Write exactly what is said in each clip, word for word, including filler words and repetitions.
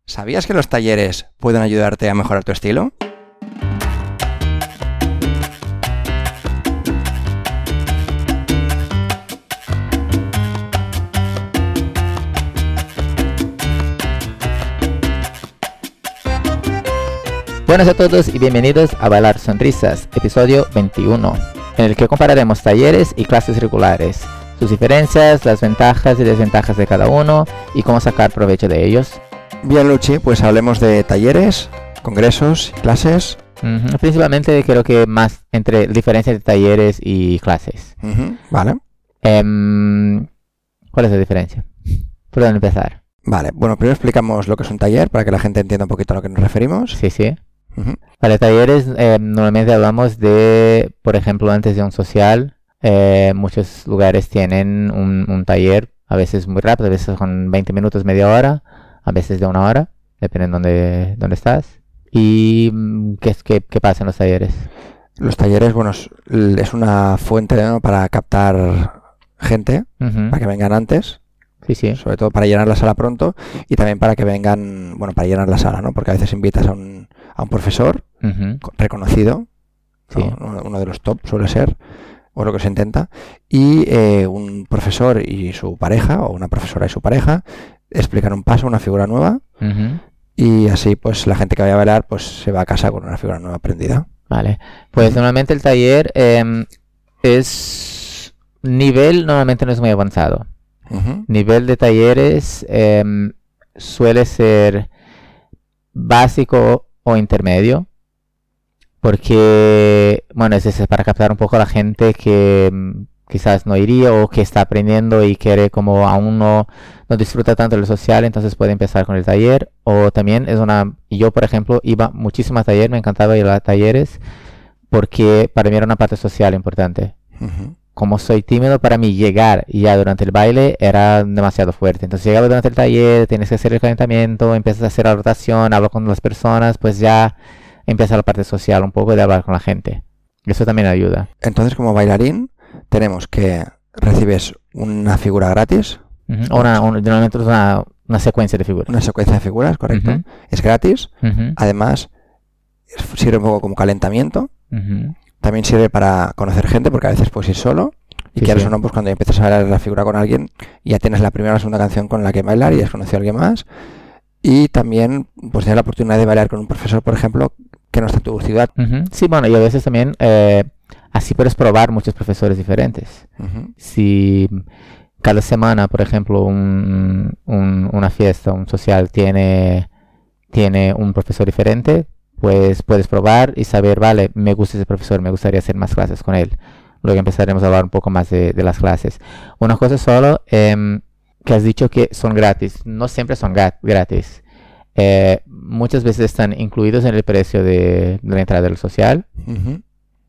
¿Sabías que los talleres pueden ayudarte a mejorar tu estilo? Buenas a todos y bienvenidos a Bailar Sonrisas, episodio veintiuno, en el que compararemos talleres y clases regulares, sus diferencias, las ventajas y desventajas de cada uno y cómo sacar provecho de ellos. Bien, Luchi, pues hablemos de talleres, congresos, clases. Uh-huh. Principalmente creo que más entre diferencias de talleres y clases. Uh-huh. Vale. Um, ¿Cuál es la diferencia? ¿Por dónde empezar? Vale, bueno, primero explicamos lo que es un taller para que la gente entienda un poquito a lo que nos referimos. Sí, sí. Uh-huh. Vale, talleres, eh, normalmente hablamos de, por ejemplo, antes de un social, eh, muchos lugares tienen un, un taller, a veces muy rápido, a veces con veinte minutos, media hora, a veces de una hora, depende de dónde, dónde estás. ¿Y qué, qué, qué pasa en los talleres? Los talleres, bueno, es, es una fuente, ¿no?, para captar gente, Uh-huh. para que vengan antes. Sí, sí. Sobre todo para llenar la sala pronto y también para que vengan, bueno, para llenar la sala, ¿no? Porque a veces invitas a un, a un profesor Uh-huh. reconocido, Sí. ¿no? Uno, uno de los top suele ser, o lo que se intenta, y eh, un profesor y su pareja, o una profesora y su pareja, explican un paso, una figura nueva, Uh-huh. y así pues la gente que vaya a bailar pues se va a casa con una figura nueva aprendida. Vale, pues normalmente el taller eh, es nivel, normalmente no es muy avanzado. Uh-huh. Nivel de talleres eh, suele ser básico o intermedio, porque, bueno, es, es para captar un poco a la gente que mm, quizás no iría o que está aprendiendo y quiere, como aún no, no disfruta tanto del social, entonces puede empezar con el taller. O también es una, yo por ejemplo iba muchísimo a taller, me encantaba ir a talleres porque para mí era una parte social importante. Uh-huh. Como soy tímido, para mí llegar ya durante el baile era demasiado fuerte. Entonces llegaba durante el taller, tienes que hacer el calentamiento, empiezas a hacer la rotación, hablo con las personas, pues ya empieza la parte social un poco de hablar con la gente. Eso también ayuda. Entonces, como bailarín tenemos que recibes una figura gratis, Uh-huh. Una, un, normalmente es una, una secuencia de figuras. una secuencia de figuras, correcto, Uh-huh. es gratis. Uh-huh. Además es- sirve un poco como calentamiento. Uh-huh. También sirve para conocer gente, porque a veces puedes ir solo. Y Sí, quieras sí. o no, pues cuando empiezas a bailar la figura con alguien, ya tienes la primera o la segunda canción con la que bailar y has conocido a alguien más. Y también pues tienes la oportunidad de bailar con un profesor, por ejemplo, que no está en tu ciudad. Uh-huh. Sí, bueno, y a veces también eh, así puedes probar muchos profesores diferentes. Ujú. Si cada semana, por ejemplo, un, un- una fiesta, un social tiene, tiene un profesor diferente, pues puedes probar y saber, vale, me gusta ese profesor, me gustaría hacer más clases con él. Luego empezaremos a hablar un poco más de, de las clases. Una cosa solo, em, que has dicho que son gratis. No siempre son gat- gratis. Eh, muchas veces están incluidos en el precio de, de la entrada del social. Ujú.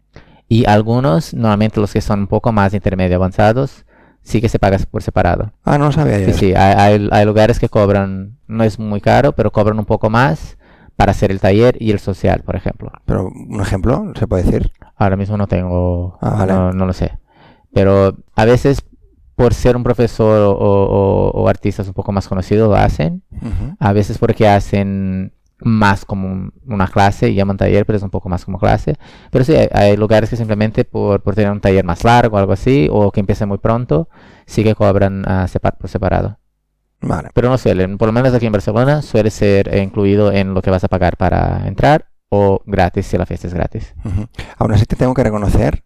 Y algunos, normalmente los que son un poco más intermedio avanzados, sí que se pagan por separado. Ah, no lo sabía yo. Sí, eso. sí, hay, hay, hay lugares que cobran, no es muy caro, pero cobran un poco más para hacer el taller y el social, por ejemplo. Pero un ejemplo, ¿se puede decir? Ahora mismo no tengo, Ah, vale. no, no lo sé. Pero a veces, por ser un profesor o, o- o artistas un poco más conocidos, lo hacen. Ujú. A veces porque hacen más como un- una clase y llaman taller, pero es un poco más como clase. Pero sí, hay, hay lugares que simplemente por, por tener un taller más largo o algo así, o que empiece muy pronto, sí que cobran ah, separ- por separado. Vale. Pero no suelen, por lo menos aquí en Barcelona, suele ser eh, incluido en lo que vas a pagar para entrar o gratis si la fiesta es gratis. Ujú. Aún así te tengo que reconocer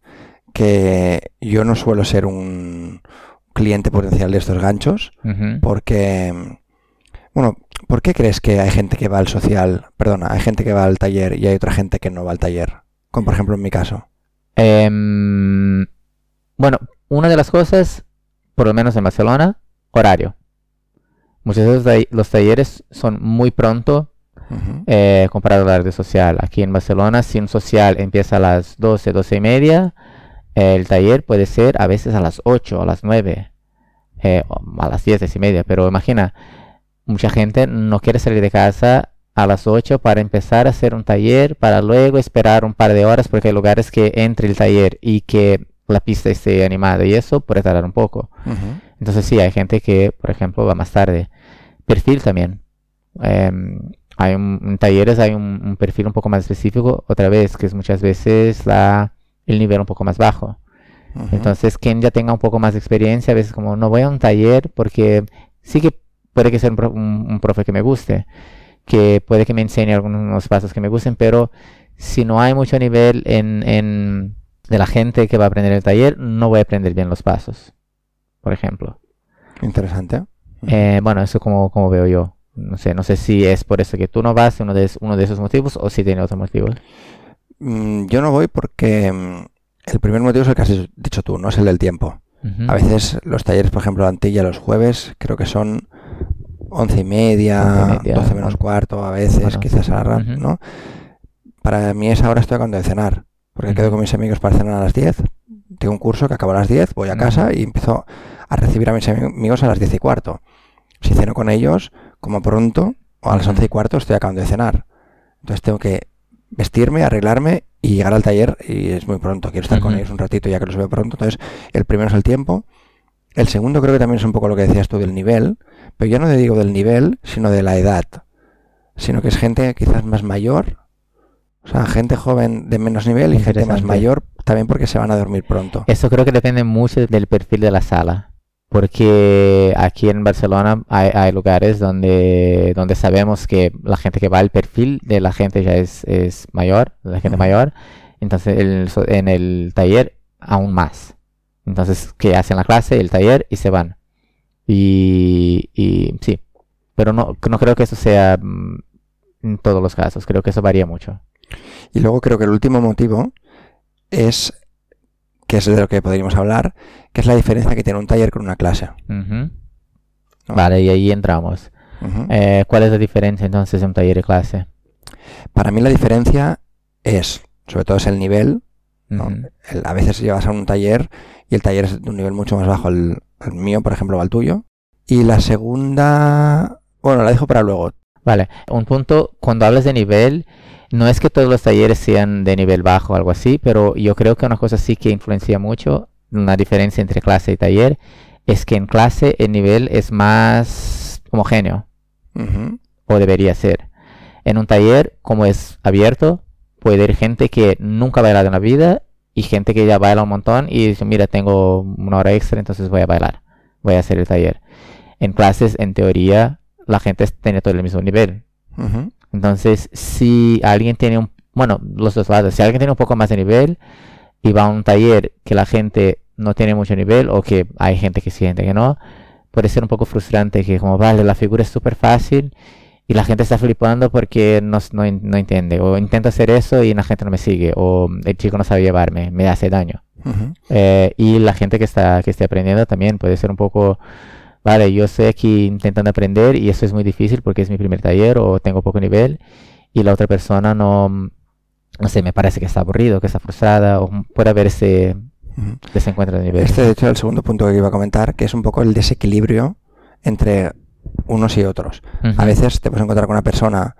que yo no suelo ser un cliente potencial de estos ganchos, Ujú. porque, bueno, ¿por qué crees que hay gente que va al social, perdona, hay gente que va al taller y hay otra gente que no va al taller? Como por ejemplo en mi caso. Em, bueno, una de las cosas, por lo menos en Barcelona, horario. Muchos de los, tall- los talleres son muy pronto Ujú. eh, comparado al horario social. Aquí en Barcelona, si un social empieza a las doce, doce y media, el taller puede ser a veces a las ocho, a las nueve, eh, o a las diez, diez y media. Pero imagina, mucha gente no quiere salir de casa a las ocho para empezar a hacer un taller, para luego esperar un par de horas, porque hay lugares que entre el taller y que la pista esté animada y eso puede tardar un poco. Ujú. Entonces sí, hay gente que, por ejemplo, va más tarde. Perfil también. Eh, hay un, en talleres hay un, un perfil un poco más específico, otra vez, que es muchas veces la, el nivel un poco más bajo. Uh-huh. Entonces, quien ya tenga un poco más de experiencia, a veces como, no voy a un taller porque sí que puede que sea un, un, un profe que me guste, que puede que me enseñe algunos pasos que me gusten, pero si no hay mucho nivel en, en de la gente que va a aprender el taller, no voy a aprender bien los pasos, por ejemplo. Interesante. Uh-huh. Eh, bueno, eso como, como veo yo. No sé, no sé si es por eso que tú no vas, uno de, uno de esos motivos, o si tiene otro motivo. Mm, yo no voy porque mm, el primer motivo es el que has dicho tú, no es el del tiempo. Uh-huh. A veces los talleres, por ejemplo, Antilla los jueves, creo que son once y media, doce menos cuarto, a veces, bueno, quizás a la uh-huh. ¿no? Para mí esa hora estoy acabando de cenar, porque uh-huh. quedo con mis amigos para cenar a las diez, tengo un curso que acabo a las diez, voy a casa uh-huh. y empiezo a recibir a mis amigos a las diez y cuarto. Si ceno con ellos, como pronto, o a las once y cuarto estoy acabando de cenar. Entonces tengo que vestirme, arreglarme y llegar al taller, y es muy pronto, quiero estar uh-huh. con ellos un ratito ya que los veo pronto. Entonces el primero es el tiempo. El segundo creo que también es un poco lo que decías tú del nivel, pero yo no te digo del nivel, sino de la edad, sino que es gente quizás más mayor, o sea, gente joven de menos nivel y gente más mayor también porque se van a dormir pronto. Eso creo que depende mucho del perfil de la sala. Porque aquí en Barcelona hay, hay lugares donde, donde sabemos que la gente que va, el perfil de la gente ya es, es mayor, la gente uh-huh. mayor. Entonces el, en el taller aún más. Entonces que hacen la clase, el taller y se van. Y, y sí, pero no, no creo que eso sea mm, en todos los casos, creo que eso varía mucho. Y luego creo que el último motivo es, que es de lo que podríamos hablar, que es la diferencia que tiene un taller con una clase. Uh-huh. ¿No? Vale, y ahí entramos. Uh-huh. Eh, ¿Cuál es la diferencia entonces de un taller y clase? Para mí la diferencia es, sobre todo es el nivel, ¿no? Uh-huh. el, a veces llevas a un taller y el taller es de un nivel mucho más bajo, el, el mío, por ejemplo, o el tuyo. Y la segunda, bueno, la dejo para luego. Vale, un punto, cuando hablas de nivel, no es que todos los talleres sean de nivel bajo o algo así, pero yo creo que una cosa sí que influencia mucho, una diferencia entre clase y taller, es que en clase el nivel es más homogéneo, uh-huh. o debería ser. En un taller, como es abierto, puede ir gente que nunca ha bailado en la vida y gente que ya baila un montón y dice, mira, tengo una hora extra, entonces voy a bailar, voy a hacer el taller. En clases, en teoría, la gente tiene todo el mismo nivel. Uh-huh. Entonces, si alguien tiene un, bueno, los dos lados, si alguien tiene un poco más de nivel y va a un taller que la gente no tiene mucho nivel, o que hay gente que sí, gente que no, puede ser un poco frustrante, que como, vale, la figura es súper fácil y la gente está flipando porque no, no, no entiende, o intento hacer eso y la gente no me sigue, o el chico no sabe llevarme, me hace daño. Uh-huh. Eh, y la gente que está que esté aprendiendo también puede ser un poco, vale, yo estoy aquí intentando aprender y eso es muy difícil porque es mi primer taller o tengo poco nivel, y la otra persona no, no sé, me parece que está aburrido, que está frustrada, o puede haber ese uh-huh. desencuentro de nivel. Este, de hecho, es el segundo punto que iba a comentar, que es un poco el desequilibrio entre unos y otros. Uh-huh. A veces te puedes encontrar con una persona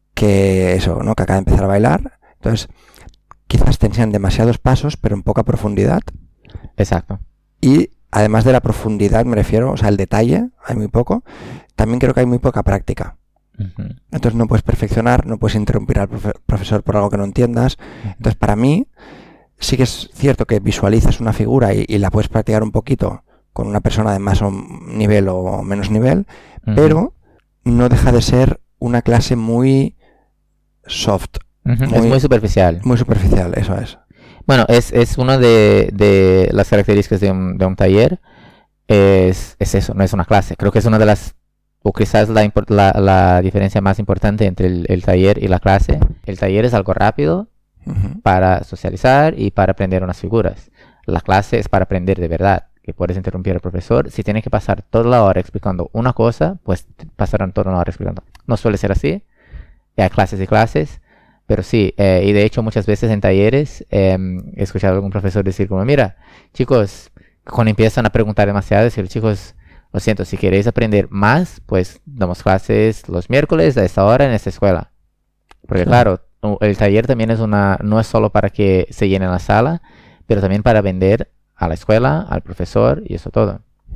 que eso, ¿no? que acaba de empezar a bailar, entonces quizás te enseñan demasiados pasos pero en poca profundidad. Exacto. Y además de la profundidad, me refiero, o sea, el detalle, hay muy poco, también creo que hay muy poca práctica. Uh-huh. Entonces no puedes perfeccionar, no puedes interrumpir al profe- profesor por algo que no entiendas. Uh-huh. Entonces para mí sí que es cierto que visualizas una figura y, y la puedes practicar un poquito con una persona de más o nivel o menos nivel, uh-huh. pero no deja de ser una clase muy soft. Uh-huh. Muy, es muy superficial. Muy superficial, eso es. Bueno, es, es una de, de las características de un, de un taller, es, es eso, no es una clase. Creo que es una de las, o quizás la, la, la diferencia más importante entre el, el taller y la clase. El taller es algo rápido uh-huh. para socializar y para aprender unas figuras. La clase es para aprender de verdad, que puedes interrumpir al profesor. Si tienes que pasar toda la hora explicando una cosa, pues pasarán toda la hora explicando. No suele ser así, hay clases y clases. Pero sí, eh, y de hecho muchas veces en talleres eh, he escuchado a algún profesor decir como, mira, chicos, cuando empiezan a preguntar demasiado, decir, chicos, lo siento, si queréis aprender más, pues damos clases los miércoles a esta hora en esta escuela. Porque sí. Claro, el taller también es una, no es solo para que se llene la sala, pero también para vender a la escuela, al profesor y eso todo.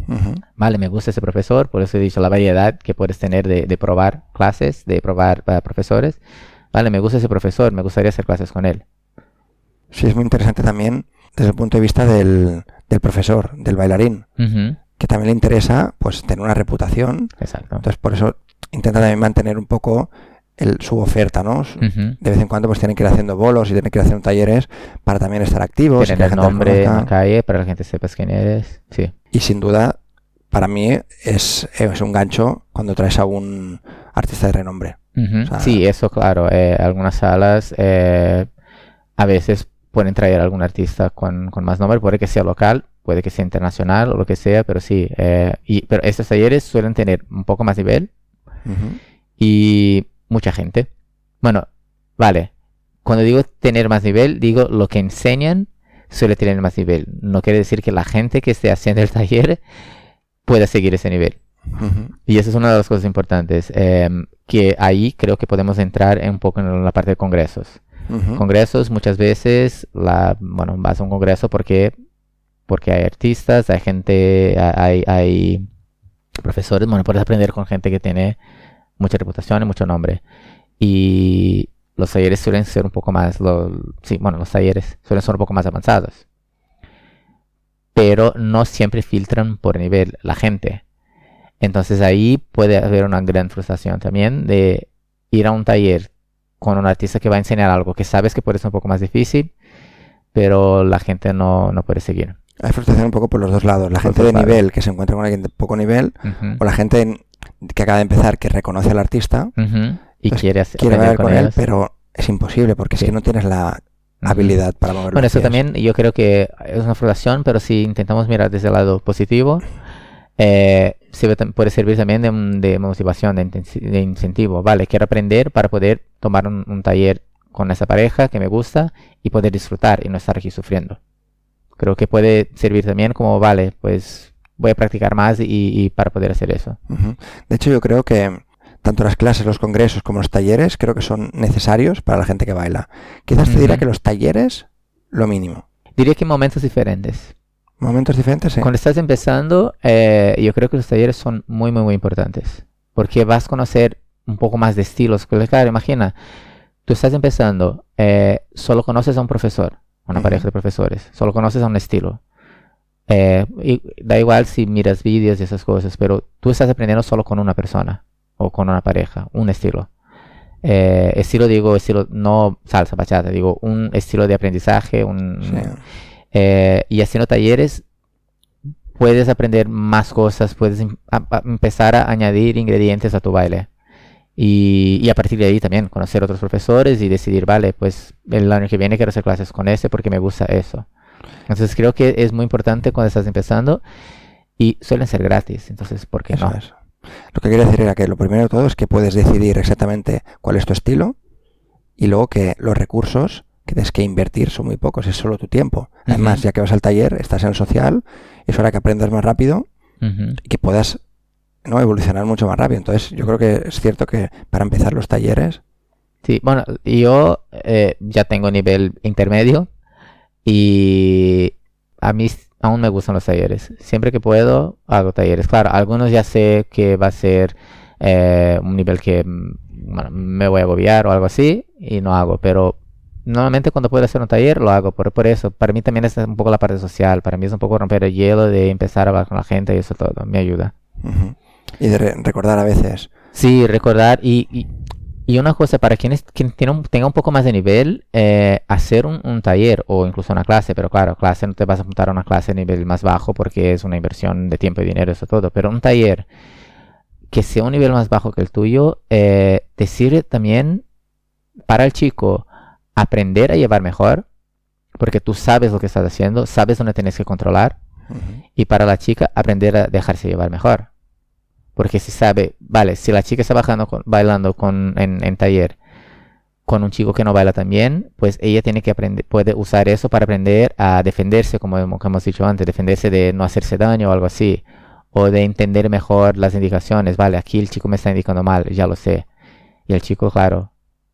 Uh-huh. Vale, me gusta ese profesor, por eso he dicho la variedad que puedes tener de, de probar clases, de probar uh, profesores. Vale, me gusta ese profesor, me gustaría hacer clases con él. Sí, es muy interesante también desde el punto de vista del, del profesor, del bailarín, uh-huh. que también le interesa pues tener una reputación. Exacto. Entonces por eso intenta también mantener un poco el, su oferta, ¿no? Uh-huh. De vez en cuando pues tienen que ir haciendo bolos y tienen que ir haciendo talleres para también estar activos. Tener el nombre en la calle para que la gente sepa quién eres. Sí. Y sin duda, para mí es, es un gancho cuando traes a un artista de renombre. Uh-huh. O sea, sí, eso claro. Eh, algunas salas eh, a veces pueden traer a algún artista con, con más nombre, puede que sea local, puede que sea internacional o lo que sea, pero sí. Eh, y, pero estos talleres suelen tener un poco más nivel uh-huh. y mucha gente. Bueno, vale. Cuando digo tener más nivel, digo lo que enseñan suele tener más nivel. No quiere decir que la gente que esté haciendo el taller pueda seguir ese nivel. Uh-huh. Y esa es una de las cosas importantes. Eh, que ahí creo que podemos entrar un poco en la parte de congresos. Uh-huh. Congresos muchas veces, la, bueno, vas a un congreso porque, porque hay artistas, hay gente, hay, hay profesores, bueno, puedes aprender con gente que tiene mucha reputación y mucho nombre. Y los talleres suelen ser un poco más, lo, sí, bueno, los talleres suelen ser un poco más avanzados. Pero no siempre filtran por nivel la gente. Entonces ahí puede haber una gran frustración también de ir a un taller con un artista que va a enseñar algo que sabes que puede ser un poco más difícil, pero la gente no, no puede seguir. Hay frustración un poco por los dos lados. La por gente de lados. nivel que se encuentra con alguien de poco nivel, uh-huh. o la gente en, que acaba de empezar que reconoce al artista uh-huh. y pues quiere, hacer, quiere bailar con, con él, pero es imposible porque sí. es que no tienes la uh-huh. habilidad para mover. Bueno, eso también yo creo que es una frustración, pero si intentamos mirar desde el lado positivo, eh, sirve, puede servir también de, de motivación, de, de incentivo. Vale, quiero aprender para poder tomar un, un taller con esa pareja que me gusta y poder disfrutar y no estar aquí sufriendo. Creo que puede servir también como, vale, pues voy a practicar más y, y para poder hacer eso. Uh-huh. De hecho, yo creo que tanto las clases, los congresos como los talleres creo que son necesarios para la gente que baila. Quizás te uh-huh. dirá que los talleres, lo mínimo. Diría que en momentos diferentes. Momentos diferentes, sí. Cuando estás empezando, eh, yo creo que los talleres son muy, muy, muy importantes. Porque vas a conocer un poco más de estilos. Claro, imagina, tú estás empezando, eh, solo conoces a un profesor, una uh-huh. pareja de profesores, solo conoces a un estilo. Eh, y da igual si miras vídeos y esas cosas, pero tú estás aprendiendo solo con una persona o con una pareja, un estilo. Eh, estilo, digo, estilo, no salsa, bachata, digo, un estilo de aprendizaje, un... Sí. Eh, y haciendo talleres puedes aprender más cosas, puedes em- a- a empezar a añadir ingredientes a tu baile y, y a partir de ahí también conocer otros profesores y decidir, vale, pues el año que viene quiero hacer clases con ese porque me gusta eso. Entonces creo que es muy importante cuando estás empezando y suelen ser gratis, entonces ¿por qué eso no? Es. Lo que quería decir era que lo primero de todo es que puedes decidir exactamente cuál es tu estilo y luego que los recursos que tienes que invertir son muy pocos, es solo tu tiempo. Además, uh-huh. ya que vas al taller, estás en el social, es hora que aprendas más rápido uh-huh. y que puedas, ¿no?, evolucionar mucho más rápido. Entonces, yo creo que es cierto que para empezar los talleres... Sí, bueno, yo eh, ya tengo nivel intermedio y a mí aún me gustan los talleres. Siempre que puedo, hago talleres. Claro, algunos ya sé que va a ser eh, un nivel que bueno, me voy a agobiar o algo así y no hago, pero... Normalmente cuando puedo hacer un taller lo hago, por, por eso, para mí también es un poco la parte social, para mí es un poco romper el hielo de empezar a hablar con la gente y eso todo, me ayuda. Uh-huh. Y de re- recordar a veces. Sí, recordar y, y, y una cosa, para quienes quien tiene un, tenga un poco más de nivel, eh, hacer un, un taller o incluso una clase, pero claro, clase no te vas a apuntar a una clase de nivel más bajo porque es una inversión de tiempo y dinero, eso todo, pero un taller que sea un nivel más bajo que el tuyo, eh, te sirve también para el chico aprender a llevar mejor, porque tú sabes lo que estás haciendo, sabes dónde tienes que controlar, uh-huh. y para la chica aprender a dejarse llevar mejor, porque si sabe, vale, si la chica está bajando con, bailando con, en, en taller con un chico que no baila tan bien, pues ella tiene que aprender, puede usar eso para aprender a defenderse, como hemos, como hemos dicho antes, defenderse de no hacerse daño o algo así, o de entender mejor las indicaciones, vale, aquí el chico me está indicando mal, ya lo sé, y el chico, claro,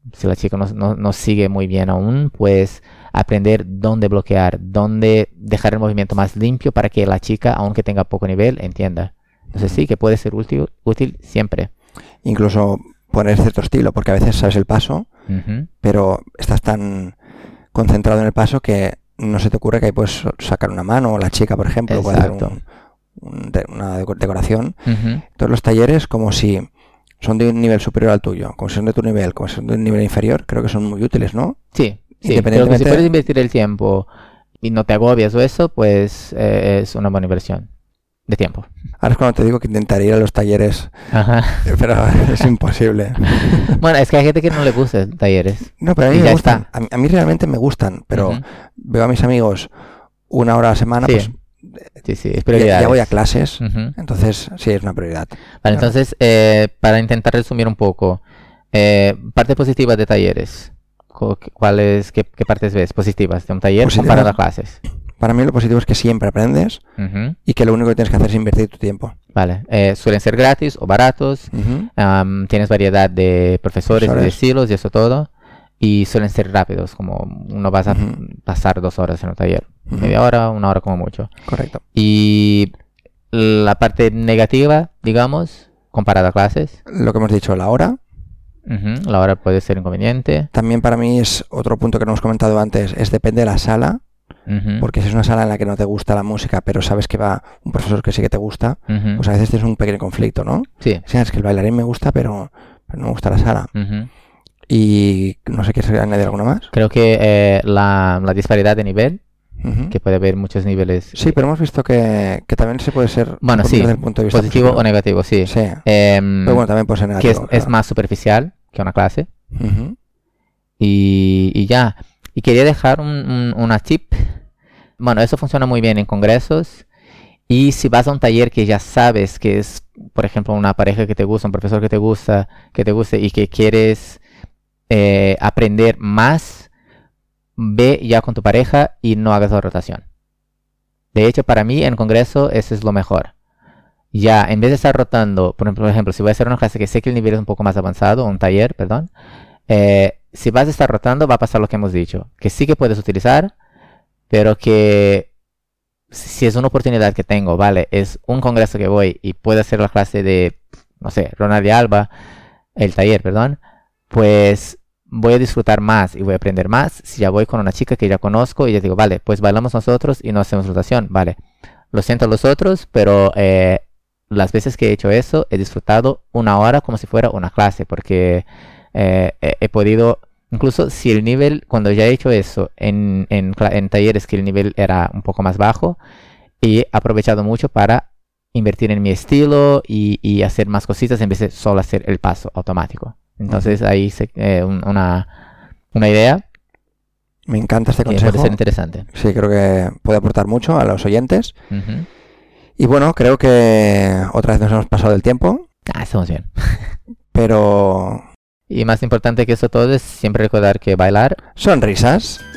si la chica no, no, no sigue muy bien aún, pues aprender dónde bloquear, dónde dejar el movimiento más limpio para que la chica, aunque tenga poco nivel, entienda. Entonces sí, que puede ser útil, útil siempre. Incluso poner cierto estilo, porque a veces sabes el paso, uh-huh. pero estás tan concentrado en el paso que no se te ocurre que ahí puedes sacar una mano, o la chica, por ejemplo, puede hacer un, un, de, una decoración. Uh-huh. Todos los talleres, como si son de un nivel superior al tuyo, como si son de tu nivel, como si son de un nivel inferior, creo que son muy útiles, ¿no? Sí, sí. Independientemente... Creo que si puedes invertir el tiempo y no te agobias o eso, pues eh, es una buena inversión de tiempo. Ahora es cuando te digo que intentaría ir a los talleres, Ajá. pero es imposible. Bueno, es que hay gente que no le gusta talleres. No, pero a mí me gustan. A mí, a mí realmente me gustan, pero uh-huh. veo a mis amigos una hora a la semana, sí. pues sí, sí, es prioridad. Ya voy a clases, uh-huh. entonces sí, es una prioridad. Vale, claro. Entonces, eh, para intentar resumir un poco, eh, parte positiva de talleres. ¿Cuáles, qué, qué partes ves positivas de un taller Positiva. comparado a clases? Para mí lo positivo es que siempre aprendes uh-huh. y que lo único que tienes que hacer es invertir tu tiempo. Vale, eh, suelen ser gratis o baratos, uh-huh. um, tienes variedad de profesores, profesores, de estilos y eso todo, y suelen ser rápidos, como no vas a uh-huh. pasar dos horas en un taller, uh-huh. media hora, una hora como mucho. Correcto. Y la parte negativa, digamos, comparada a clases. Lo que hemos dicho, la hora. Uh-huh. La hora puede ser inconveniente. También para mí es otro punto que no hemos comentado antes, es depende de la sala. Uh-huh. Porque si es una sala en la que no te gusta la música, pero sabes que va un profesor que sí que te gusta, uh-huh. pues a veces tienes un pequeño conflicto, ¿no? Sí. O sea, es que el bailarín me gusta, pero, pero no me gusta la sala. Uh-huh. Y no sé, ¿quieres añadir alguna más? Creo que eh, la, la disparidad de nivel, uh-huh. que puede haber muchos niveles. Sí, pero hemos visto que, que también se puede ser bueno, sí, desde el punto de vista positivo o negativo, sí. Sí. Eh, pero bueno, también puede ser negativo. Que es, claro. es más superficial que una clase. Uh-huh. y, y ya. Y quería dejar un, un, una tip. Bueno, eso funciona muy bien en congresos. Y si vas a un taller que ya sabes que es, por ejemplo, una pareja que te gusta, un profesor que te gusta, que te guste y que quieres eh, aprender más, ve ya con tu pareja y no hagas la rotación. De hecho, para mí en congreso eso es lo mejor. Ya, en vez de estar rotando, por ejemplo, por ejemplo si voy a hacer una clase que sé que el nivel es un poco más avanzado, un taller, perdón, eh, si vas a estar rotando va a pasar lo que hemos dicho, que sí que puedes utilizar, pero que si es una oportunidad que tengo, vale, es un congreso que voy y puedo hacer la clase de, no sé, Ronald de Alba, el taller, perdón, pues voy a disfrutar más y voy a aprender más si ya voy con una chica que ya conozco y ya digo, vale, pues bailamos nosotros y no hacemos rotación, vale. Lo siento a los otros, pero eh, las veces que he hecho eso he disfrutado una hora como si fuera una clase, porque eh, he, he podido... Incluso si el nivel, cuando ya he hecho eso en, en, en talleres que el nivel era un poco más bajo, he aprovechado mucho para invertir en mi estilo y, y hacer más cositas en vez de solo hacer el paso automático. Entonces uh-huh. ahí se, eh, un, una, una idea. Me encanta este consejo. Puede ser interesante. Sí, creo que puede aportar mucho a los oyentes. Uh-huh. Y bueno, creo que otra vez nos hemos pasado del tiempo. Ah, estamos bien. Pero... Y más importante que eso todo es siempre recordar que bailar son risas.